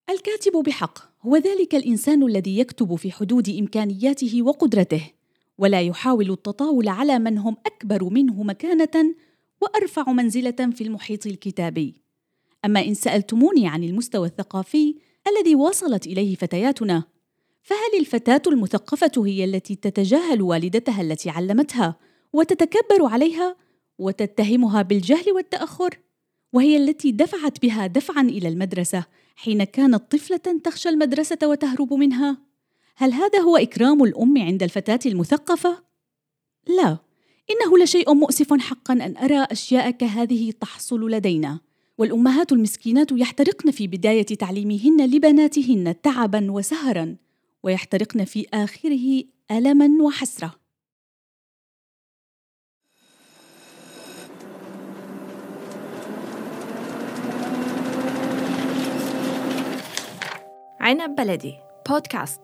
الكاتب بحق هو ذلك الإنسان الذي يكتب في حدود إمكانياته وقدرته، ولا يحاول التطاول على من هم أكبر منه مكانة وأرفع منزلة في المحيط الكتابي. أما إن سألتموني عن المستوى الثقافي الذي وصلت إليه فتياتنا، فهل الفتاة المثقفة هي التي تتجاهل والدتها التي علمتها وتتكبر عليها وتتهمها بالجهل والتأخر؟ وهي التي دفعت بها دفعاً إلى المدرسة حين كانت طفلة تخشى المدرسة وتهرب منها؟ هل هذا هو إكرام الأم عند الفتاة المثقفة؟ لا، إنه لشيء مؤسف حقاً أن أرى أشياء كهذه تحصل لدينا، والأمهات المسكينات يحترقن في بداية تعليمهن لبناتهن تعباً وسهراً، ويحترقن في آخره ألماً وحسرة. عنب بلدي بودكاست.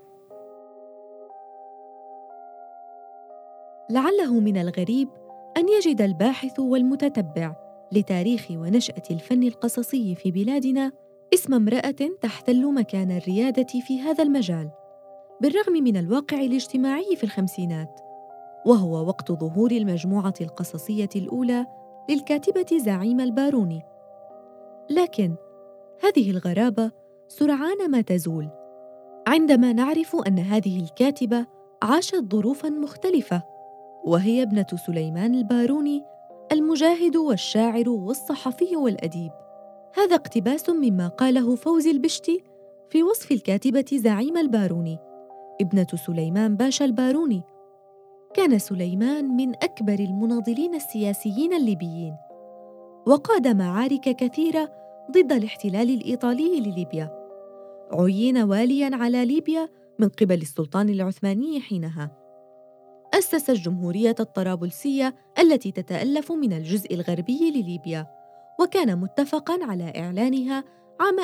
لعله من الغريب أن يجد الباحث والمتتبع لتاريخ ونشأة الفن القصصي في بلادنا اسم امرأة تحتل مكان الريادة في هذا المجال، بالرغم من الواقع الاجتماعي في الخمسينات، وهو وقت ظهور المجموعة القصصية الأولى للكاتبة زعيمة الباروني. لكن هذه الغرابة سرعان ما تزول عندما نعرف أن هذه الكاتبة عاشت ظروفاً مختلفة، وهي ابنة سليمان الباروني المجاهد والشاعر والصحفي والأديب. هذا اقتباس مما قاله فوزي البشتي في وصف الكاتبة زعيمة الباروني، ابنة سليمان باشا الباروني. كان سليمان من أكبر المناضلين السياسيين الليبيين، وقاد معارك كثيرة ضد الاحتلال الإيطالي لليبيا. عين والياً على ليبيا من قبل السلطان العثماني حينها. أسس الجمهورية الطرابلسية التي تتألف من الجزء الغربي لليبيا، وكان متفقاً على إعلانها عام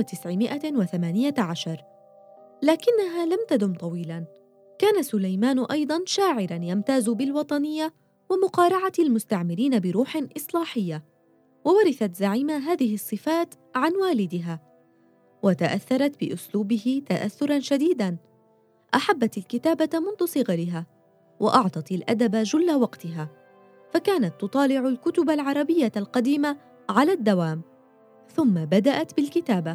1918، لكنها لم تدم طويلاً. كان سليمان أيضاً شاعراً يمتاز بالوطنية ومقارعة المستعمرين بروح إصلاحية، وورثت زعيمة هذه الصفات عن والدها، وتأثرت بأسلوبه تأثراً شديداً. أحبت الكتابة منذ صغرها، وأعطت الأدب جل وقتها، فكانت تطالع الكتب العربية القديمة على الدوام، ثم بدأت بالكتابة.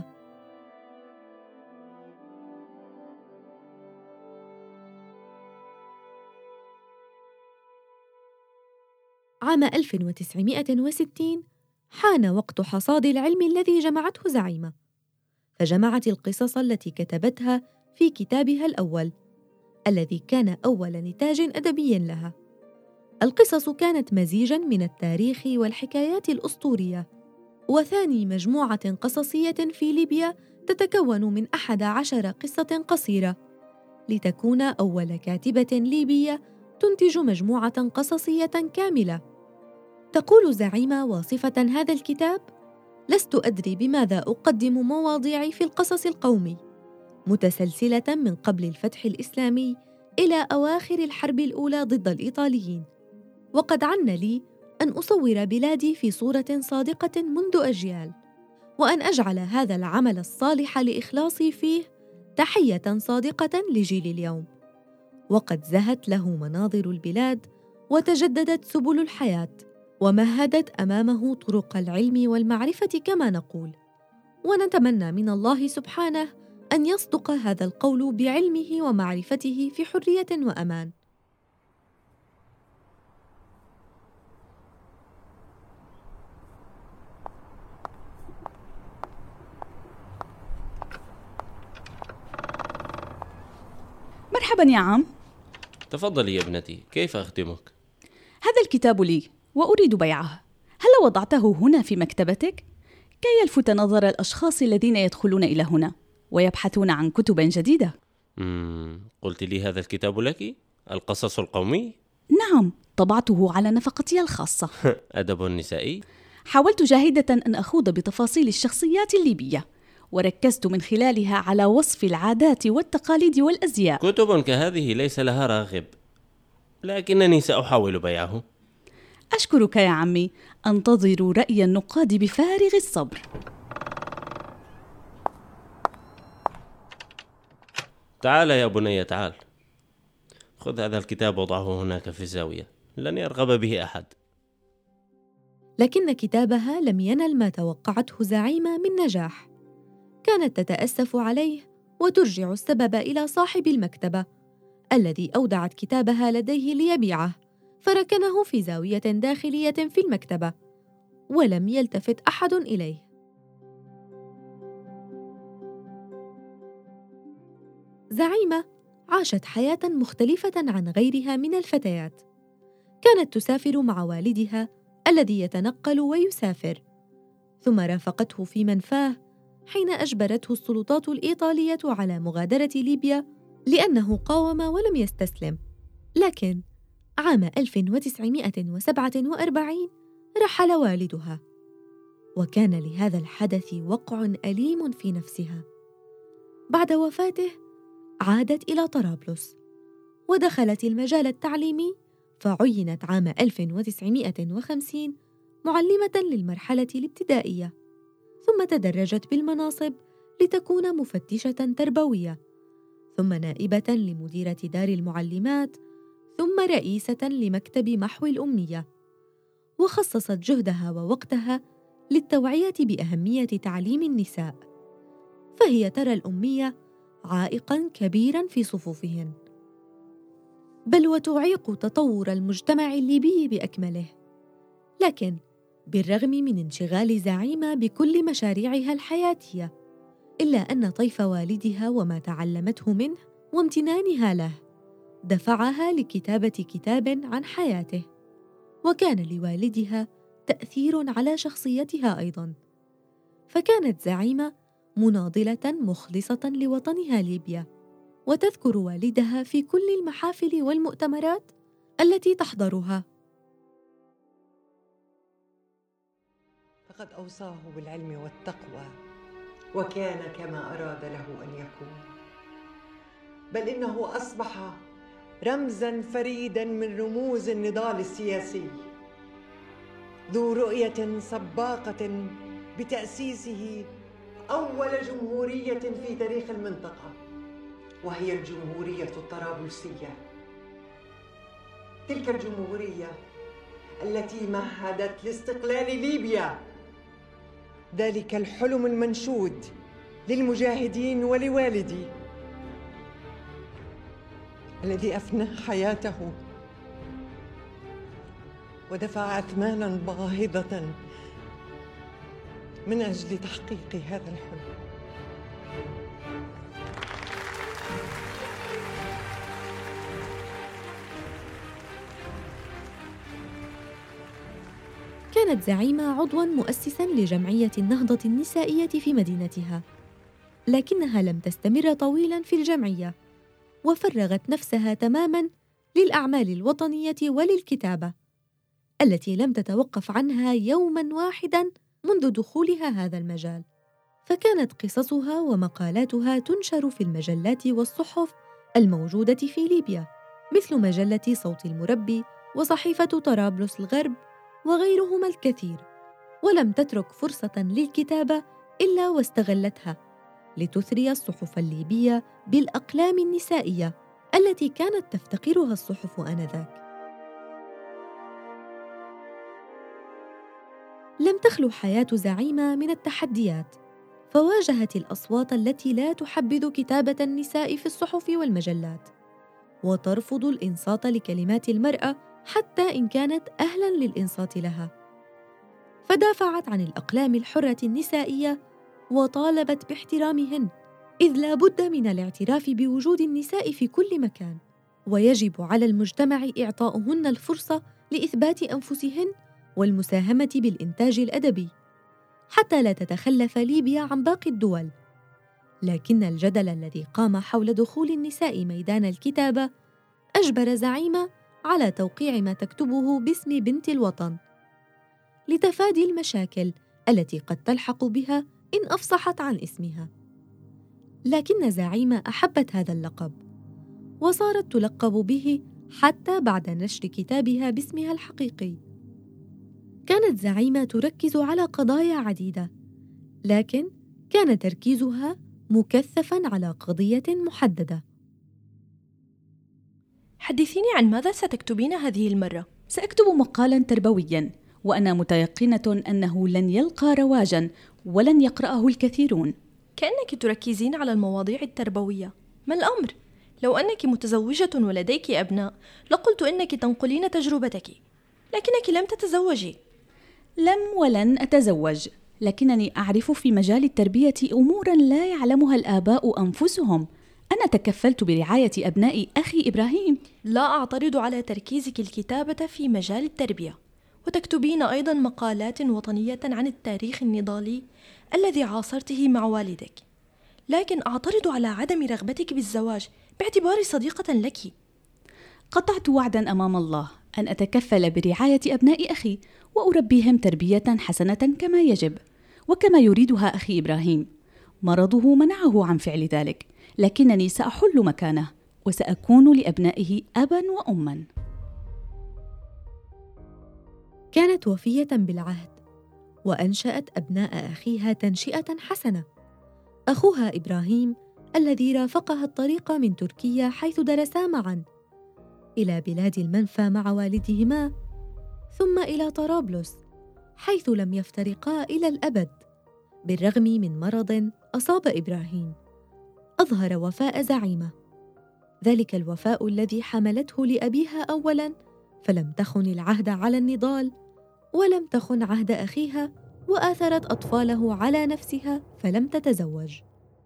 عام 1960 حان وقت حصاد العلم الذي جمعته زعيمة، فجمعت القصص التي كتبتها في كتابها الأول الذي كان أول نتاج أدبي لها. القصص كانت مزيجاً من التاريخ والحكايات الأسطورية، وثاني مجموعة قصصية في ليبيا تتكون من 11 قصة قصيرة، لتكون أول كاتبة ليبية تنتج مجموعة قصصية كاملة. تقول زعيمة واصفة هذا الكتاب: لست أدري بماذا أقدم مواضيعي في القصص القومي، متسلسلة من قبل الفتح الإسلامي إلى أواخر الحرب الأولى ضد الإيطاليين، وقد عن لي أن أصور بلادي في صورة صادقة منذ أجيال، وأن أجعل هذا العمل الصالح لإخلاصي فيه تحية صادقة لجيل اليوم. وقد زهت له مناظر البلاد، وتجددت سبل الحياة، ومهدت أمامه طرق العلم والمعرفة كما نقول، ونتمنى من الله سبحانه أن يصدق هذا القول بعلمه ومعرفته في حرية وأمان. مرحبا يا عم. تفضلي يا ابنتي، كيف أخدمك؟ هذا الكتاب لي وأريد بيعه، هل وضعته هنا في مكتبتك كي يلفت نظر الأشخاص الذين يدخلون إلى هنا ويبحثون عن كتب جديدة؟ قلت لي هذا الكتاب لك؟ القصص القومي؟ نعم، طبعته على نفقتي الخاصة. أدب نسائي؟ حاولت جاهدة أن أخوض بتفاصيل الشخصيات الليبية، وركزت من خلالها على وصف العادات والتقاليد والأزياء. كتب كهذه ليس لها راغب، لكنني سأحاول بيعه. أشكرك يا عمي، أنتظر رأي النقاد بفارغ الصبر. تعال يا بني تعال، خذ هذا الكتاب وضعه هناك في الزاوية، لن يرغب به أحد. لكن كتابها لم ينل ما توقعته زعيمة من نجاح. كانت تتأسف عليه وترجع السبب إلى صاحب المكتبة الذي أودعت كتابها لديه ليبيعه، فركنه في زاوية داخلية في المكتبة ولم يلتفت أحد إليه. زعيمة عاشت حياة مختلفة عن غيرها من الفتيات. كانت تسافر مع والدها الذي يتنقل ويسافر، ثم رافقته في منفاه حين أجبرته السلطات الإيطالية على مغادرة ليبيا لأنه قاوم ولم يستسلم. لكن عام 1947 رحل والدها، وكان لهذا الحدث وقع أليم في نفسها. بعد وفاته عادت إلى طرابلس ودخلت المجال التعليمي، فعينت عام 1950 معلمة للمرحلة الابتدائية، ثم تدرجت بالمناصب لتكون مفتشة تربوية، ثم نائبة لمديرة دار المعلمات، ثم رئيسة لمكتب محو الأمية. وخصصت جهدها ووقتها للتوعية بأهمية تعليم النساء، فهي ترى الأمية عائقاً كبيراً في صفوفهن، بل وتعيق تطور المجتمع الليبي بأكمله. لكن بالرغم من انشغال زعيمة بكل مشاريعها الحياتية، إلا أن طيف والدها وما تعلمته منه وامتنانها له دفعها لكتابة كتاب عن حياته، وكان لوالدها تأثير على شخصيتها أيضاً. فكانت زعيمة مناضلة مخلصة لوطنها ليبيا، وتذكر والدها في كل المحافل والمؤتمرات التي تحضرها. فقد أوصاه بالعلم والتقوى، وكان كما أراد له أن يكون، بل إنه أصبح رمزاً فريداً من رموز النضال السياسي، ذو رؤية سباقة بتأسيسه أول جمهورية في تاريخ المنطقة، وهي الجمهورية الطرابلسية. تلك الجمهورية التي مهدت لاستقلال ليبيا، ذلك الحلم المنشود للمجاهدين ولوالدي الذي أفنى حياته ودفع أثماناً باهظة من أجل تحقيق هذا الحلم. كانت زعيمة عضواً مؤسساً لجمعية النهضة النسائية في مدينتها، لكنها لم تستمر طويلاً في الجمعية، وفرغت نفسها تماماً للأعمال الوطنية وللكتابة التي لم تتوقف عنها يوماً واحداً منذ دخولها هذا المجال. فكانت قصصها ومقالاتها تنشر في المجلات والصحف الموجودة في ليبيا، مثل مجلة صوت المربي وصحيفة طرابلس الغرب وغيرهما الكثير، ولم تترك فرصة للكتابة إلا واستغلتها لتثري الصحف الليبية بالأقلام النسائية التي كانت تفتقرها الصحف آنذاك. لم تخلو حياة زعيمة من التحديات، فواجهت الأصوات التي لا تحبذ كتابة النساء في الصحف والمجلات، وترفض الإنصات لكلمات المرأة حتى إن كانت أهلاً للإنصات لها. فدافعت عن الأقلام الحرة النسائية وطالبت باحترامهن، إذ لا بد من الاعتراف بوجود النساء في كل مكان، ويجب على المجتمع إعطاؤهن الفرصة لإثبات أنفسهن والمساهمة بالإنتاج الأدبي، حتى لا تتخلف ليبيا عن باقي الدول. لكن الجدل الذي قام حول دخول النساء ميدان الكتابة أجبر زعيمة على توقيع ما تكتبه باسم بنت الوطن، لتفادي المشاكل التي قد تلحق بها إن أفصحت عن اسمها. لكن زعيمة أحبت هذا اللقب، وصارت تلقب به حتى بعد نشر كتابها باسمها الحقيقي. كانت زعيمة تركز على قضايا عديدة، لكن كان تركيزها مكثفاً على قضية محددة، حدثيني عن ماذا ستكتبين هذه المرة؟ سأكتب مقالا تربويا، وأنا متيقنة أنه لن يلقى رواجا ولن يقرأه الكثيرون. كأنك تركزين على المواضيع التربوية. ما الأمر؟ لو أنك متزوجة ولديك أبناء لقلت إنك تنقلين تجربتك، لكنك لم تتزوجي. لم ولن أتزوج، لكنني أعرف في مجال التربية أمورا لا يعلمها الآباء أنفسهم. أنا تكفلت برعاية أبناء أخي إبراهيم. لا أعترض على تركيزك الكتابة في مجال التربية، وتكتبين أيضا مقالات وطنية عن التاريخ النضالي الذي عاصرته مع والدك، لكن أعترض على عدم رغبتك بالزواج باعتباري صديقة لك. قطعت وعدا أمام الله أن أتكفل برعاية أبناء أخي وأربيهم تربية حسنة كما يجب وكما يريدها أخي إبراهيم. مرضه منعه عن فعل ذلك، لكنني سأحل مكانه وسأكون لأبنائه أبا وأما. كانت وفية بالعهد، وأنشأت أبناء أخيها تنشئة حسنة. أخوها إبراهيم الذي رافقها الطريق من تركيا حيث درسا معا إلى بلاد المنفى مع والدهما، ثم إلى طرابلس حيث لم يفترقا إلى الأبد بالرغم من مرض أصاب إبراهيم. أظهر وفاء زعيمة، ذلك الوفاء الذي حملته لأبيها أولاً، فلم تخن العهد على النضال ولم تخن عهد أخيها، وآثرت أطفاله على نفسها فلم تتزوج.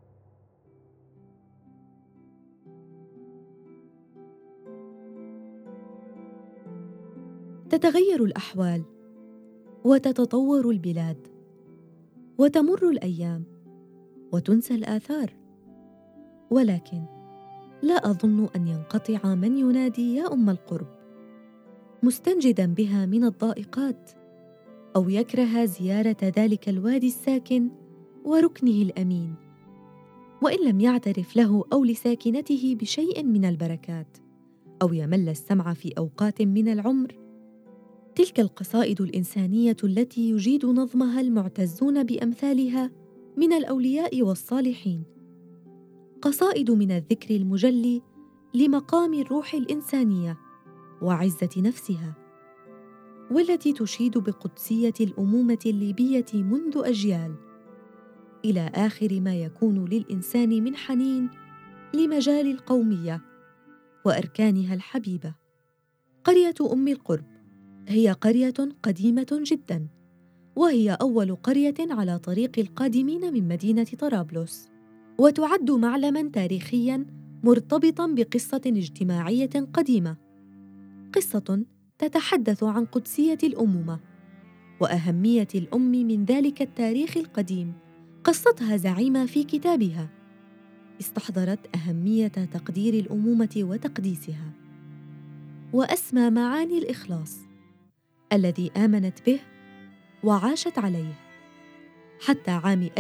تتغير الأحوال وتتطور البلاد وتمر الأيام وتنسى الآثار، ولكن لا أظن أن ينقطع من ينادي يا أم القرب، مستنجداً بها من الضائقات، أو يكره زيارة ذلك الوادي الساكن وركنه الأمين، وإن لم يعترف له أو لساكنته بشيء من البركات، أو يمل السمع في أوقات من العمر. تلك القصائد الإنسانية التي يجيد نظمها المعتزون بأمثالها من الأولياء والصالحين، قصائد من الذكر المجلي لمقام الروح الإنسانية وعزة نفسها، والتي تشيد بقدسية الأمومة الليبية منذ أجيال، إلى آخر ما يكون للإنسان من حنين لمجال القومية وأركانها الحبيبة. قرية أم القرب هي قرية قديمة جداً، وهي أول قرية على طريق القادمين من مدينة طرابلس، وتعد معلماً تاريخياً مرتبطاً بقصة اجتماعية قديمة، قصة تتحدث عن قدسية الأمومة وأهمية الأم من ذلك التاريخ القديم. قصتها زعيمة في كتابها، استحضرت أهمية تقدير الأمومة وتقديسها، وأسمى معاني الإخلاص الذي آمنت به وعاشت عليه حتى عام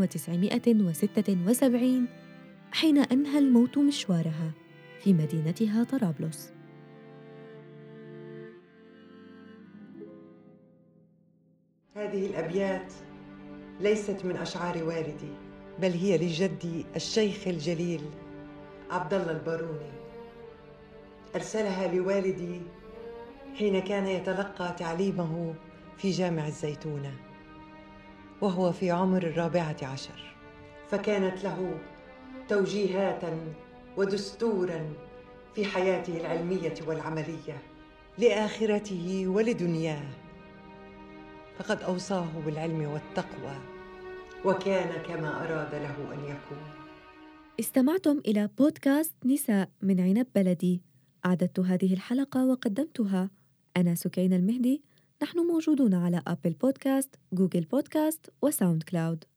1976 حين أنهى الموت مشوارها في مدينتها طرابلس. هذه الأبيات ليست من أشعار والدي، بل هي لجدي الشيخ الجليل عبد الله الباروني، أرسلها لوالدي حين كان يتلقى تعليمه في جامع الزيتونة وهو في عمر 14، فكانت له توجيهات ودستورا في حياته العلمية والعملية لآخرته ولدنياه، فقد أوصاه بالعلم والتقوى وكان كما أراد له أن يكون. استمعتم إلى بودكاست نساء من عنب بلدي. أعددت هذه الحلقة وقدمتها أنا سكينة المهدي. نحن موجودون على أبل بودكاست، جوجل بودكاست وساوند كلاود.